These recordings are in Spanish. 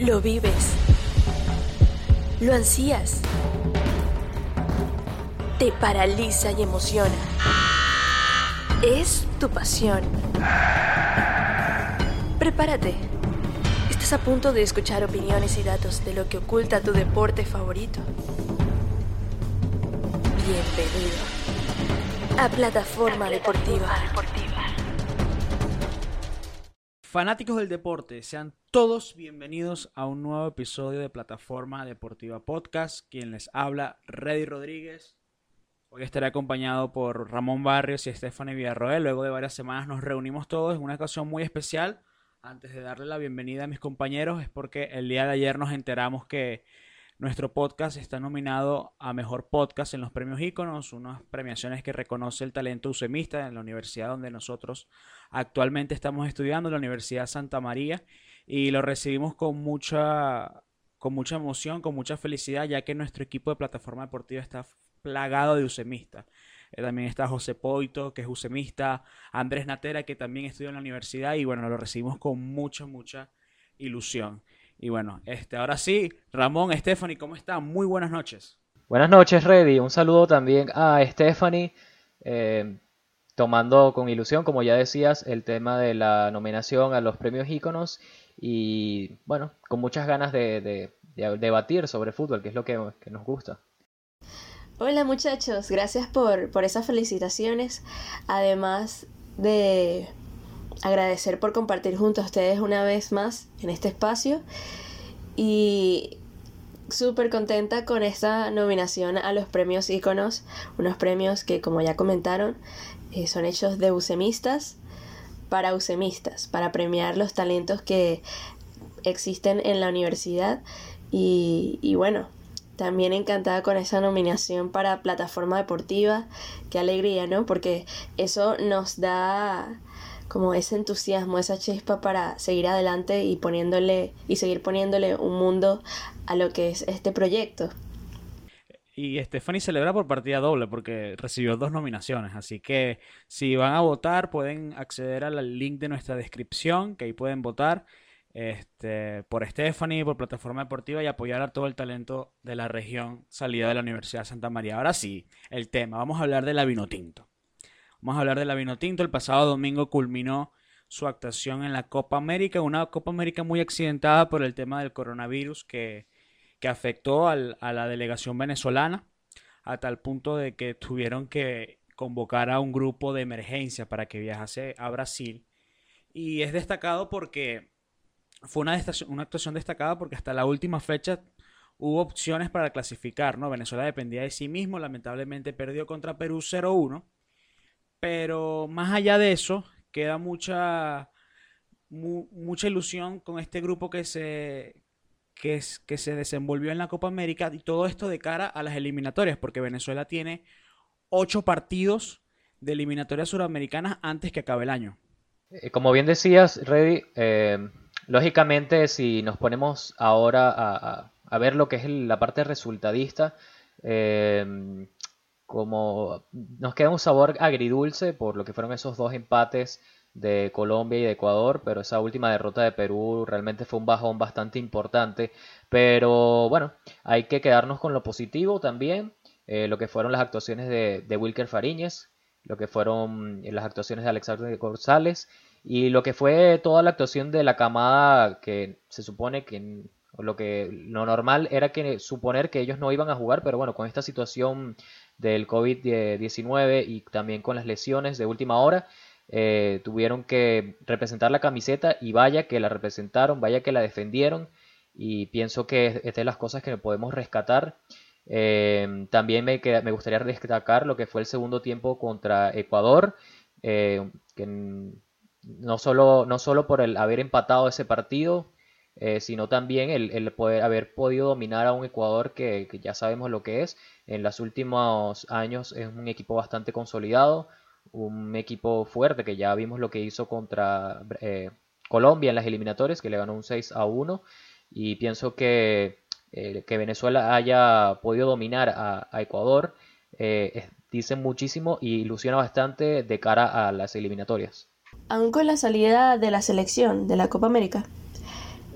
Lo vives. Lo ansías. Te paraliza y emociona. Es tu pasión. Prepárate. Estás a punto de escuchar opiniones y datos de lo que oculta tu deporte favorito. Bienvenido a Plataforma Deportiva. Fanáticos del deporte, sean todos bienvenidos a un nuevo episodio de Plataforma Deportiva Podcast. Quien les habla, Reddy Rodríguez. Hoy estaré acompañado por Ramón Barrios y Stephanie Villarroel. Luego de varias semanas nos reunimos todos en una ocasión muy especial. Antes de darle la bienvenida a mis compañeros, es porque el día de ayer nos enteramos que nuestro podcast está nominado a Mejor Podcast en los Premios Íconos, unas premiaciones que reconoce el talento usemista en la universidad donde nosotros actualmente estamos estudiando, la Universidad Santa María, y lo recibimos con mucha emoción, con mucha felicidad, ya que nuestro equipo de Plataforma Deportiva está plagado de usemistas. También está José Poito, que es usemista, Andrés Natera, que también estudia en la universidad, y bueno, lo recibimos con mucha ilusión. Y bueno, ahora sí, Ramón, Stephanie, ¿cómo están? Muy buenas noches. Buenas noches, Reddy. Un saludo también a Stephanie, tomando con ilusión, como ya decías, el tema de la nominación a los premios íconos y, bueno, con muchas ganas de debatir sobre fútbol, que es lo que nos gusta. Hola muchachos, gracias por esas felicitaciones, además de agradecer por compartir junto a ustedes una vez más en este espacio y súper contenta con esta nominación a los premios íconos, unos premios que, como ya comentaron, son hechos de usemistas, para premiar los talentos que existen en la universidad y bueno, también encantada con esa nominación para Plataforma Deportiva. Qué alegría, ¿no? Porque eso nos da como ese entusiasmo, esa chispa para seguir adelante y seguir poniéndole un mundo a lo que es este proyecto. Y Stephanie celebra por partida doble porque recibió 2 nominaciones, así que si van a votar pueden acceder al link de nuestra descripción, que ahí pueden votar por Stephanie, por Plataforma Deportiva y apoyar a todo el talento de la región salida de la Universidad de Santa María. Ahora sí, el tema, vamos a hablar de la Vinotinto. Vamos a hablar de la Vinotinto. El pasado domingo culminó su actuación en la Copa América, una Copa América muy accidentada por el tema del coronavirus que afectó a la delegación venezolana, a tal punto de que tuvieron que convocar a un grupo de emergencia para que viajase a Brasil. Y es destacado porque fue una actuación destacada porque hasta la última fecha hubo opciones para clasificar, ¿no? Venezuela dependía de sí mismo, lamentablemente perdió contra Perú 0-1. Pero más allá de eso, queda mucha ilusión con este grupo que se desenvolvió en la Copa América, y todo esto de cara a las eliminatorias, porque Venezuela tiene 8 partidos de eliminatorias suramericanas antes que acabe el año. Como bien decías, Reddy, lógicamente si nos ponemos ahora a ver lo que es la parte resultadista, como nos queda un sabor agridulce por lo que fueron esos 2 empates de Colombia y de Ecuador, pero esa última derrota de Perú realmente fue un bajón bastante importante. Pero bueno, hay que quedarnos con lo positivo también, lo que fueron las actuaciones de Wilker Fariñez, lo que fueron las actuaciones de Alexander González y lo que fue toda la actuación de la camada que se supone que lo normal era que suponer que ellos no iban a jugar, pero bueno, con esta situación del COVID-19 y también con las lesiones de última hora, tuvieron que representar la camiseta y vaya que la representaron, vaya que la defendieron y pienso que es de las cosas que podemos rescatar. También me gustaría destacar lo que fue el segundo tiempo contra Ecuador, que no solo por el haber empatado ese partido, sino también el poder haber podido dominar a un Ecuador que ya sabemos lo que es. En los últimos años es un equipo bastante consolidado, un equipo fuerte que ya vimos lo que hizo contra Colombia en las eliminatorias, que le ganó un 6-1, y pienso que Venezuela haya podido dominar a Ecuador dice muchísimo y ilusiona bastante de cara a las eliminatorias. Aún con la salida de la selección de la Copa América,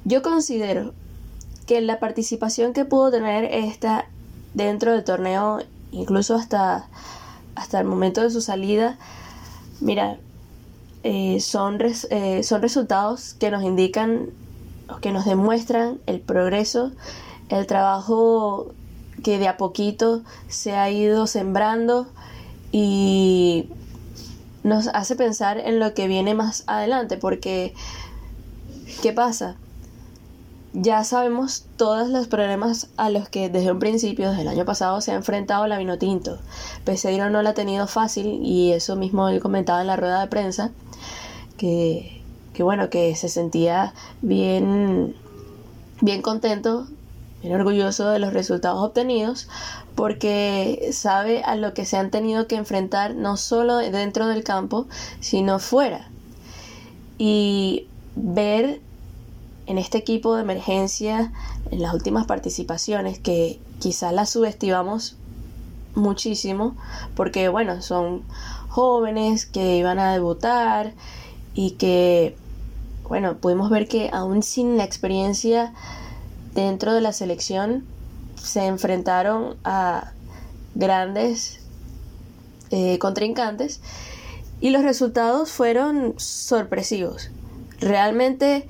Yo considero que la participación que pudo tener esta dentro del torneo, incluso hasta el momento de su salida, mira, son resultados que nos indican o que nos demuestran el progreso, el trabajo que de a poquito se ha ido sembrando y nos hace pensar en lo que viene más adelante, porque ¿qué pasa? Ya sabemos todos los problemas a los que desde un principio, desde el año pasado, se ha enfrentado la Vinotinto. Peseiro no la ha tenido fácil y eso mismo él comentaba en la rueda de prensa, que bueno, que se sentía bien contento, bien orgulloso de los resultados obtenidos, porque sabe a lo que se han tenido que enfrentar no solo dentro del campo, sino fuera. Y ver en este equipo de emergencia, en las últimas participaciones, que quizás las subestimamos muchísimo, porque bueno, son jóvenes que iban a debutar y que, bueno, pudimos ver que aún sin la experiencia dentro de la selección se enfrentaron a grandes contrincantes y los resultados fueron sorpresivos. Realmente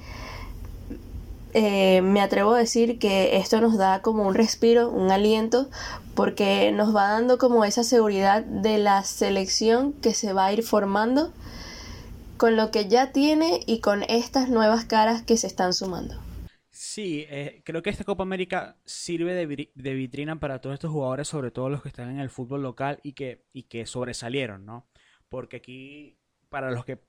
me atrevo a decir que esto nos da como un respiro, un aliento, porque nos va dando como esa seguridad de la selección que se va a ir formando con lo que ya tiene y con estas nuevas caras que se están sumando. Sí, creo que esta Copa América sirve de vitrina para todos estos jugadores, sobre todo los que están en el fútbol local y que sobresalieron, ¿no? Porque aquí, para los que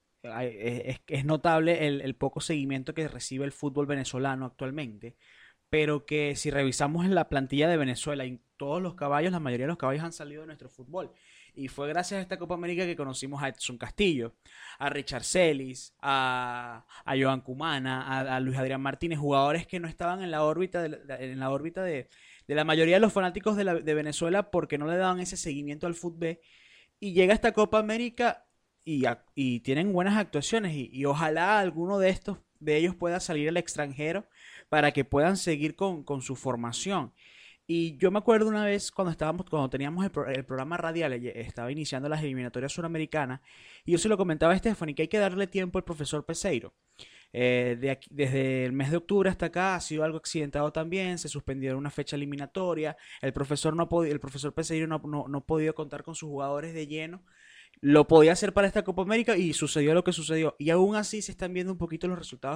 es notable el poco seguimiento que recibe el fútbol venezolano actualmente, pero que si revisamos en la plantilla de Venezuela, en todos los caballos, la mayoría de los caballos han salido de nuestro fútbol. Y fue gracias a esta Copa América que conocimos a Edson Castillo, a Richard Celis, a Joan Cumana, a Luis Adrián Martínez, jugadores que no estaban en la órbita de la mayoría de los fanáticos de Venezuela porque no le daban ese seguimiento al fútbol. Y llega esta Copa América y tienen buenas actuaciones y ojalá alguno de ellos pueda salir al extranjero para que puedan seguir con su formación. Y yo me acuerdo una vez cuando teníamos el programa radial, estaba iniciando las eliminatorias suramericanas, y yo se lo comentaba a Stephanie que hay que darle tiempo al profesor Peseiro. Desde el mes de octubre hasta acá ha sido algo accidentado también, se suspendieron una fecha eliminatoria, el profesor Peseiro no ha podido contar con sus jugadores de lleno. Lo podía hacer para esta Copa América y sucedió lo que sucedió. Y aún así se están viendo un poquito los resultados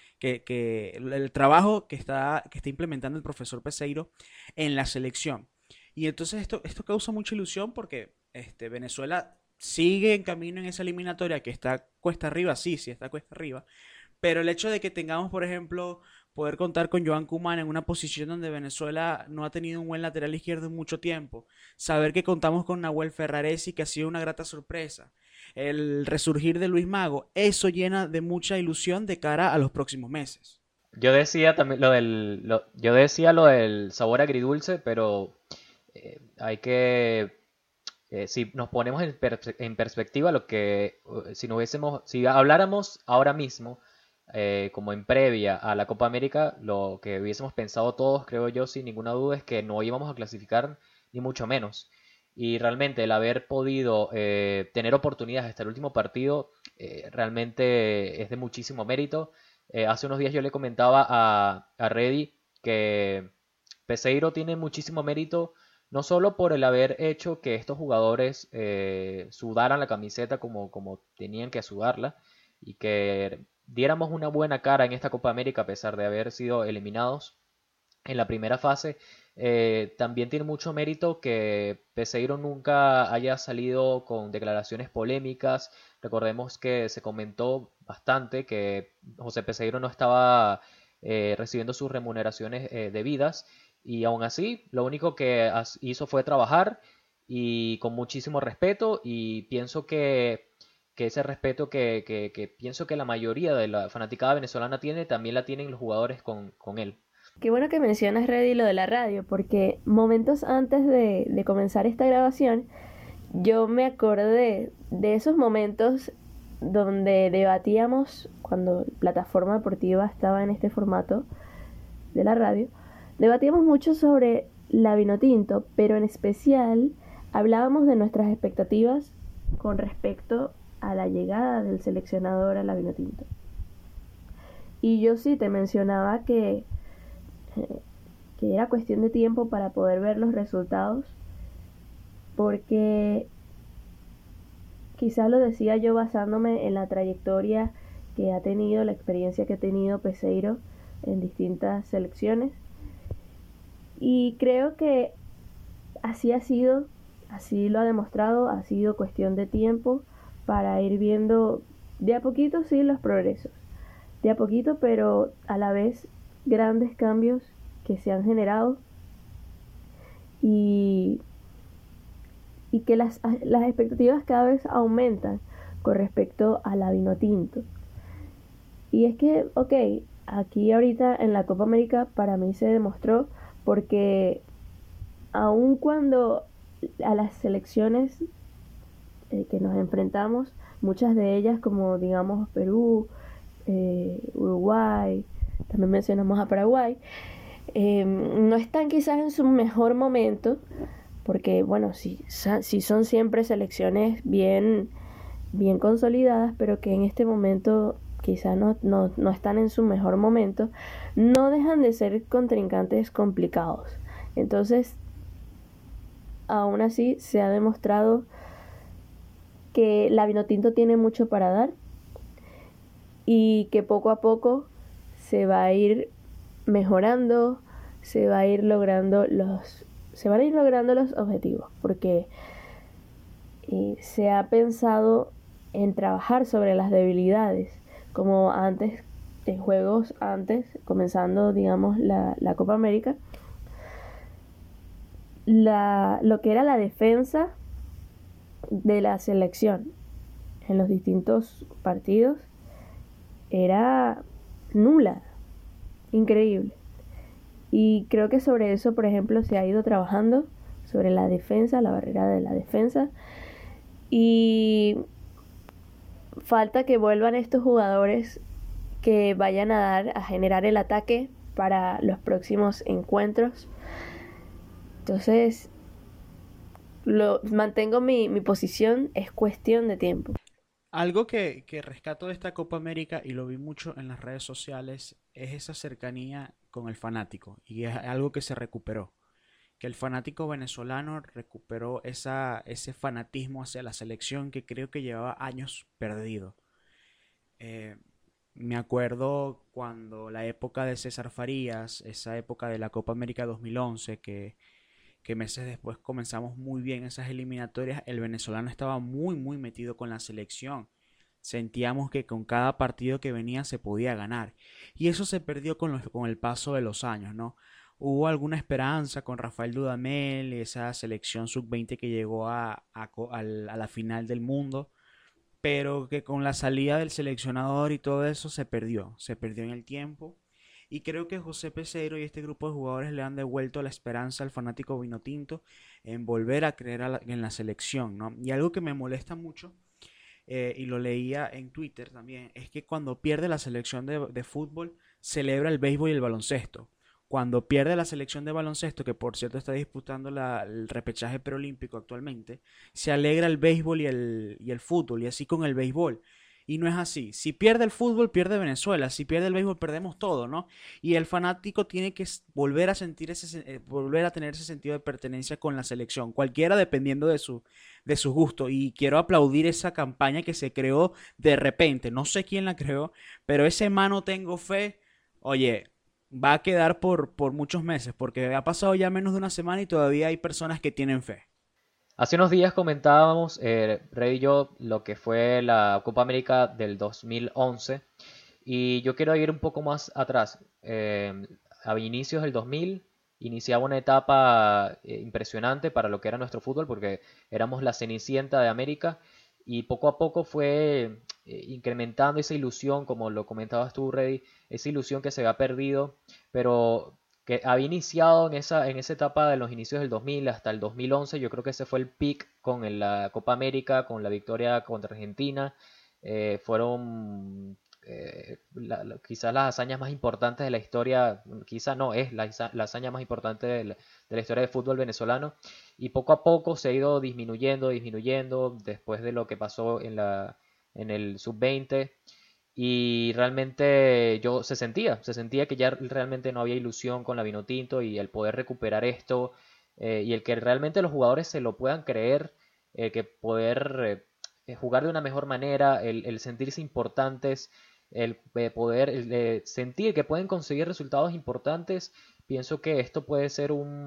el trabajo que está implementando el profesor Peseiro en la selección. Y entonces esto causa mucha ilusión porque Venezuela sigue en camino en esa eliminatoria que está cuesta arriba, sí está cuesta arriba. Pero el hecho de que tengamos, por ejemplo, poder contar con Joan Cumana en una posición donde Venezuela no ha tenido un buen lateral izquierdo en mucho tiempo, saber que contamos con Nahuel Ferraresi, que ha sido una grata sorpresa, el resurgir de Luis Mago, eso llena de mucha ilusión de cara a los próximos meses. Yo decía también yo decía lo del sabor agridulce, pero hay que si nos ponemos en perspectiva lo que si habláramos ahora mismo como en previa a la Copa América, lo que hubiésemos pensado todos, creo yo, sin ninguna duda, es que no íbamos a clasificar ni mucho menos. Y realmente el haber podido tener oportunidades hasta el último partido realmente es de muchísimo mérito. Hace unos días yo le comentaba a Reddy que Peseiro tiene muchísimo mérito, no solo por el haber hecho que estos jugadores sudaran la camiseta como tenían que sudarla y que diéramos una buena cara en esta Copa América a pesar de haber sido eliminados en la primera fase. También tiene mucho mérito que Peseiro nunca haya salido con declaraciones polémicas. Recordemos que se comentó bastante que José Peseiro no estaba recibiendo sus remuneraciones debidas, y aún así lo único que hizo fue trabajar y con muchísimo respeto, y pienso que ese respeto que pienso que la mayoría de la fanaticada venezolana tiene, también la tienen los jugadores con él. Qué bueno que mencionas, Reddy, lo de la radio, porque momentos antes de comenzar esta grabación, yo me acordé de esos momentos donde debatíamos cuando Plataforma Deportiva estaba en este formato de la radio, debatíamos mucho sobre la Vinotinto, pero en especial hablábamos de nuestras expectativas con respecto a la llegada del seleccionador a la Vinotinto. Y yo sí te mencionaba que era cuestión de tiempo para poder ver los resultados, porque quizás lo decía yo basándome en la trayectoria que ha tenido, la experiencia que ha tenido Peseiro en distintas selecciones, y creo que así ha sido, así lo ha demostrado, ha sido cuestión de tiempo para ir viendo de a poquito, sí, los progresos, de a poquito, pero a la vez grandes cambios que se han generado, y que las expectativas cada vez aumentan con respecto a la Vinotinto. Y es que, ok, aquí ahorita en la Copa América para mí se demostró, porque aun cuando a las selecciones que nos enfrentamos, muchas de ellas como digamos Perú, Uruguay, también mencionamos a Paraguay, no están quizás en su mejor momento, porque bueno, sí son siempre selecciones bien consolidadas, pero que en este momento quizás no están en su mejor momento, no dejan de ser contrincantes complicados. Entonces, aún así se ha demostrado que la Vinotinto tiene mucho para dar, y que poco a poco se va a ir mejorando, se van a ir logrando los objetivos, porque se ha pensado en trabajar sobre las debilidades, como antes, en juegos antes, comenzando digamos la Copa América, lo que era la defensa de la selección en los distintos partidos era nula, increíble. Y creo que sobre eso, por ejemplo, se ha ido trabajando, sobre la defensa, la barrera de la defensa, y falta que vuelvan estos jugadores que vayan a generar el ataque para los próximos encuentros. Entonces, mantengo mi posición, es cuestión de tiempo. Algo que rescato de esta Copa América, y lo vi mucho en las redes sociales, es esa cercanía con el fanático, y es algo que se recuperó, que el fanático venezolano recuperó ese fanatismo hacia la selección que creo que llevaba años perdido. Me acuerdo cuando la época de César Farías, esa época de la Copa América 2011, que meses después comenzamos muy bien esas eliminatorias, el venezolano estaba muy metido con la selección. Sentíamos que con cada partido que venía se podía ganar. Y eso se perdió con el paso de los años, ¿no? Hubo alguna esperanza con Rafael Dudamel, esa selección sub-20 que llegó a la final del mundo, pero que con la salida del seleccionador y todo eso se perdió en el tiempo. Y creo que José Peseiro y este grupo de jugadores le han devuelto la esperanza al fanático vinotinto en volver a creer en la selección, ¿no? Y algo que me molesta mucho, y lo leía en Twitter también, es que cuando pierde la selección de fútbol, celebra el béisbol y el baloncesto. Cuando pierde la selección de baloncesto, que por cierto está disputando el repechaje preolímpico actualmente, se alegra el béisbol y el fútbol, y así con el béisbol. Y no es así. Si pierde el fútbol, pierde Venezuela. Si pierde el béisbol, perdemos todo, ¿no? Y el fanático tiene que volver a sentir volver a tener ese sentido de pertenencia con la selección, cualquiera dependiendo de su gusto. Y quiero aplaudir esa campaña que se creó de repente. No sé quién la creó, pero ese mano tengo fe, oye, va a quedar por muchos meses, porque ha pasado ya menos de una semana y todavía hay personas que tienen fe. Hace unos días comentábamos, Red y yo, lo que fue la Copa América del 2011, y yo quiero ir un poco más atrás. A inicios del 2000 iniciaba una etapa impresionante para lo que era nuestro fútbol, porque éramos la cenicienta de América, y poco a poco fue incrementando esa ilusión, como lo comentabas tú, Reddy, esa ilusión que se había perdido, pero que había iniciado en esa etapa de los inicios del 2000 hasta el 2011. Yo creo que ese fue el peak con la Copa América, con la victoria contra Argentina. Fueron quizás las hazañas más importantes de la historia, quizás no, es la hazaña más importante de la historia del fútbol venezolano, y poco a poco se ha ido disminuyendo después de lo que pasó en el sub-20, y realmente se sentía que ya realmente no había ilusión con la Vinotinto, y el poder recuperar esto, y el que realmente los jugadores se lo puedan creer, que poder jugar de una mejor manera, el sentirse importantes, el poder sentir que pueden conseguir resultados importantes. Pienso que esto puede ser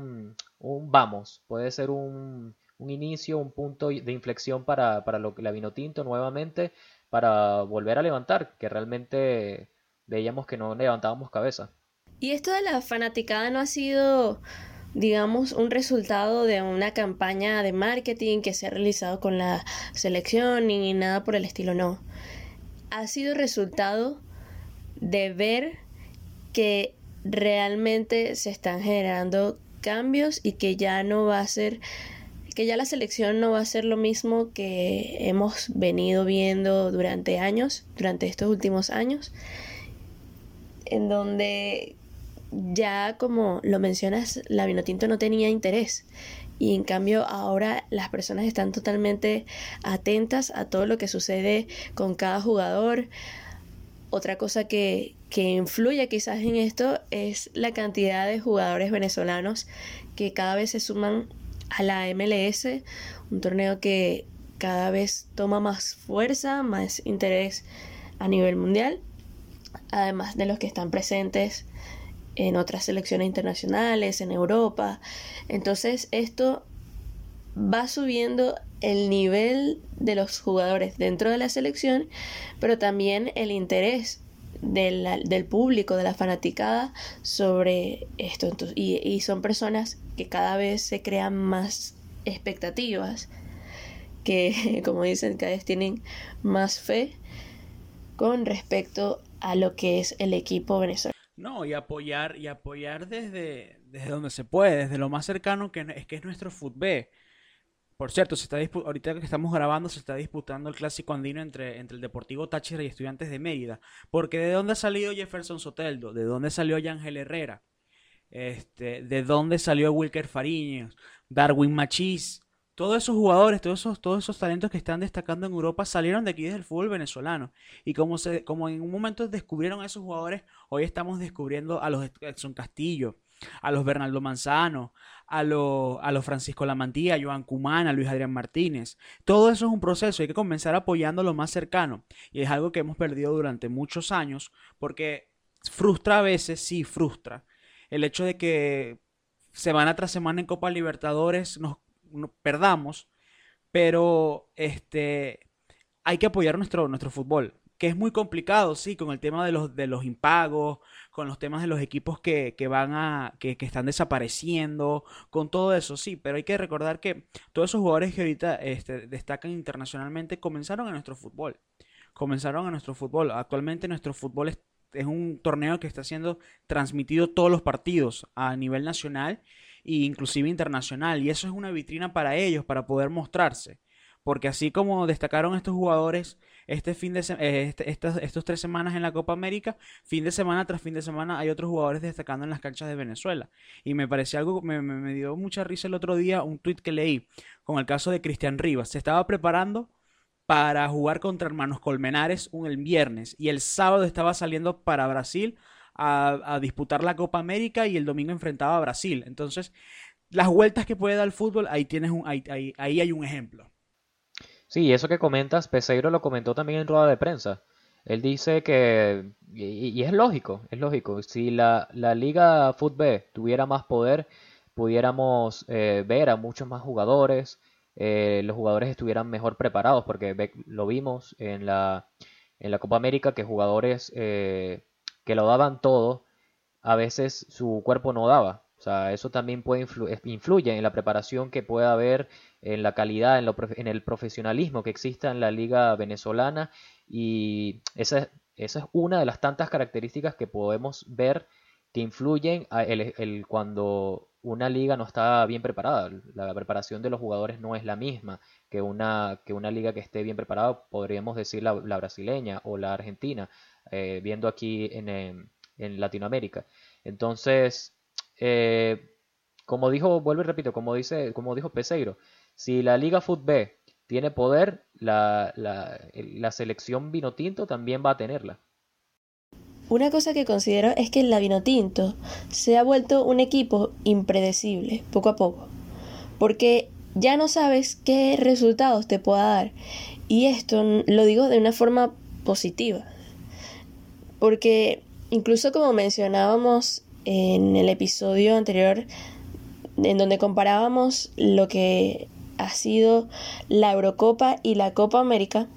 puede ser un inicio, un punto de inflexión para lo que la Vinotinto nuevamente, para volver a levantar, que realmente veíamos que no levantábamos cabeza. Y esto de la fanaticada no ha sido, digamos, un resultado de una campaña de marketing que se ha realizado con la selección ni nada por el estilo, no. Ha sido resultado de ver que realmente se están generando cambios y que ya no va a ser, que ya la selección no va a ser lo mismo que hemos venido viendo durante estos últimos años, en donde ya, como lo mencionas, la Vinotinto no tenía interés, y en cambio ahora las personas están totalmente atentas a todo lo que sucede con cada jugador. Otra cosa que influye quizás en esto es la cantidad de jugadores venezolanos que cada vez se suman a la MLS, un torneo que cada vez toma más fuerza, más interés a nivel mundial, además de los que están presentes en otras selecciones internacionales, en Europa. Entonces esto va subiendo el nivel de los jugadores dentro de la selección, pero también el interés del público, de la fanaticada sobre esto. Entonces, y son personas que cada vez se crean más expectativas, que como dicen, cada vez tienen más fe con respecto a lo que es el equipo venezolano. No, y apoyar desde donde se puede, desde lo más cercano que es nuestro fútbol. Por cierto, ahorita que estamos grabando, se está disputando el clásico andino entre el Deportivo Táchira y Estudiantes de Mérida. Porque ¿de dónde ha salido Jefferson Soteldo? ¿De dónde salió Yángel Herrera? ¿De dónde salió Wilker Fariñas? Darwin Machís. Todos esos jugadores, todos esos talentos que están destacando en Europa salieron de aquí desde el fútbol venezolano. Y como en un momento descubrieron a esos jugadores, hoy estamos descubriendo a los Edson Castillo, a los Bernardo Manzano, a los Francisco Lamantía, a Joan Cumana, a Luis Adrián Martínez. Todo eso es un proceso, hay que comenzar apoyando lo más cercano. Y es algo que hemos perdido durante muchos años, porque frustra a veces, sí frustra, el hecho de que semana tras semana en Copa Libertadores nos perdamos, pero hay que apoyar nuestro fútbol, que es muy complicado, sí, con el tema de los impagos, con los temas de los equipos que están desapareciendo, con todo eso, sí, pero hay que recordar que todos esos jugadores que ahorita destacan internacionalmente comenzaron en nuestro fútbol. Actualmente nuestro fútbol es un torneo que está siendo transmitido todos los partidos a nivel nacional e inclusive internacional, y eso es una vitrina para ellos, para poder mostrarse, porque así como destacaron estos jugadores estos 3 semanas en la Copa América, fin de semana tras fin de semana hay otros jugadores destacando en las canchas de Venezuela, y me pareció algo, me dio mucha risa el otro día un tuit que leí con el caso de Cristian Rivas. Se estaba preparando para jugar contra Hermanos Colmenares el viernes, y el sábado estaba saliendo para Brasil a disputar la Copa América, y el domingo enfrentaba a Brasil. Entonces, las vueltas que puede dar el fútbol, ahí hay un ejemplo. Sí, eso que comentas, Peseiro lo comentó también en rueda de prensa. Él dice que, y es lógico, si la Liga Fútbol tuviera más poder, pudiéramos ver a muchos más jugadores, los jugadores estuvieran mejor preparados, porque lo vimos en la Copa América, que jugadores que lo daban todo, a veces su cuerpo no daba. O sea, eso también influye en la preparación que pueda haber, en la calidad, en el profesionalismo que exista en la liga venezolana, y esa es una de las tantas características que podemos ver que influyen cuando una liga no está bien preparada. La preparación de los jugadores no es la misma que una liga que esté bien preparada, podríamos decir la brasileña o la argentina, viendo aquí en Latinoamérica. Entonces, vuelvo y repito, como dijo Peseiro, si la Liga Fut-B tiene poder, la selección Vinotinto también va a tenerla. Una cosa que considero es que la Vinotinto se ha vuelto un equipo impredecible, poco a poco, porque ya no sabes qué resultados te pueda dar, y esto lo digo de una forma positiva, porque incluso como mencionábamos en el episodio anterior, en donde comparábamos lo que ha sido la Eurocopa y la Copa América,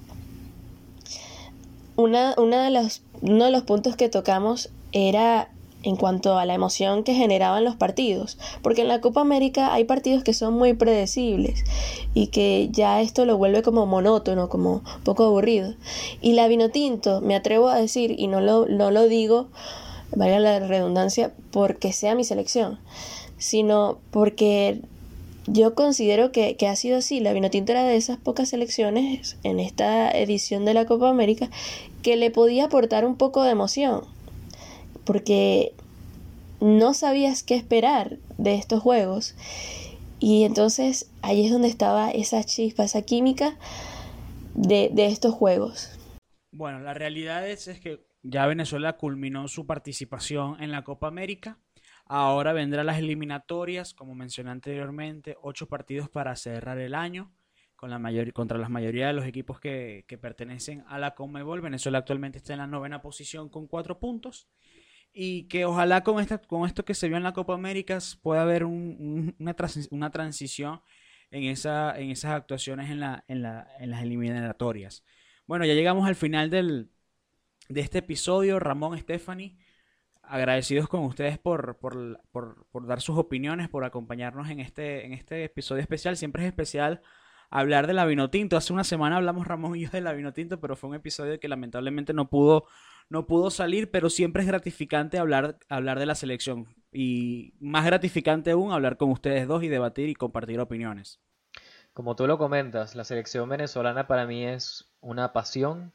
uno de los puntos que tocamos era en cuanto a la emoción que generaban los partidos, porque en la Copa América hay partidos que son muy predecibles y que ya esto lo vuelve como monótono, como poco aburrido. Y la Vinotinto, me atrevo a decir, y no lo digo, valga la redundancia, porque sea mi selección, sino porque yo considero que ha sido así. La Vinotinto era de esas pocas selecciones en esta edición de la Copa América que le podía aportar un poco de emoción, porque no sabías qué esperar de estos juegos, y entonces ahí es donde estaba esa chispa, esa química de estos juegos. Bueno, la realidad es que ya Venezuela culminó su participación en la Copa América. Ahora vendrán las eliminatorias, como mencioné anteriormente, 8 partidos para cerrar el año contra la mayoría de los equipos que pertenecen a la Conmebol. Venezuela actualmente está en la 9ª posición con 4 puntos. Y que ojalá con esto que se vio en la Copa América pueda haber una transición en esas actuaciones en las eliminatorias. Bueno, ya llegamos al final de este episodio. Ramón, Stephanie, agradecidos con ustedes por dar sus opiniones, por acompañarnos en este episodio especial. Siempre es especial hablar de la Vinotinto. Hace una semana hablamos Ramón y yo de la Vinotinto, pero fue un episodio que lamentablemente no pudo salir, pero siempre es gratificante hablar de la selección, y más gratificante aún hablar con ustedes dos y debatir y compartir opiniones. Como tú lo comentas, la selección venezolana para mí es una pasión.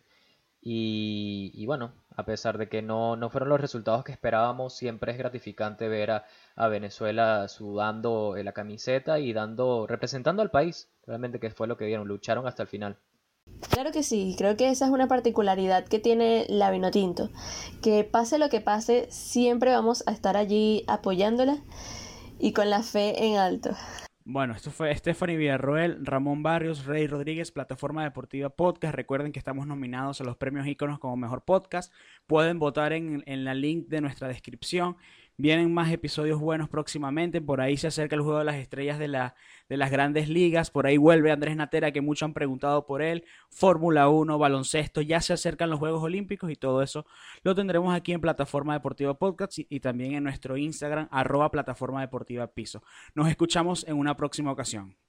Y bueno, a pesar de que no fueron los resultados que esperábamos, siempre es gratificante ver a Venezuela sudando la camiseta y representando al país, realmente, que fue lo que dieron, lucharon hasta el final. Claro que sí, creo que esa es una particularidad que tiene la Vinotinto, que pase lo que pase, siempre vamos a estar allí apoyándola y con la fe en alto. Bueno, esto fue Stephanie Villarroel, Ramón Barrios, Rey Rodríguez, Plataforma Deportiva Podcast. Recuerden que estamos nominados a los premios Iconos como Mejor Podcast. Pueden votar en la link de nuestra descripción. Vienen más episodios buenos próximamente. Por ahí se acerca el Juego de las Estrellas de las Grandes Ligas. Por ahí vuelve Andrés Natera, que muchos han preguntado por él. Fórmula 1, baloncesto. Ya se acercan los Juegos Olímpicos, y todo eso lo tendremos aquí en Plataforma Deportiva Podcast y también en nuestro Instagram, @Plataforma Deportiva Piso. Nos escuchamos en una próxima ocasión.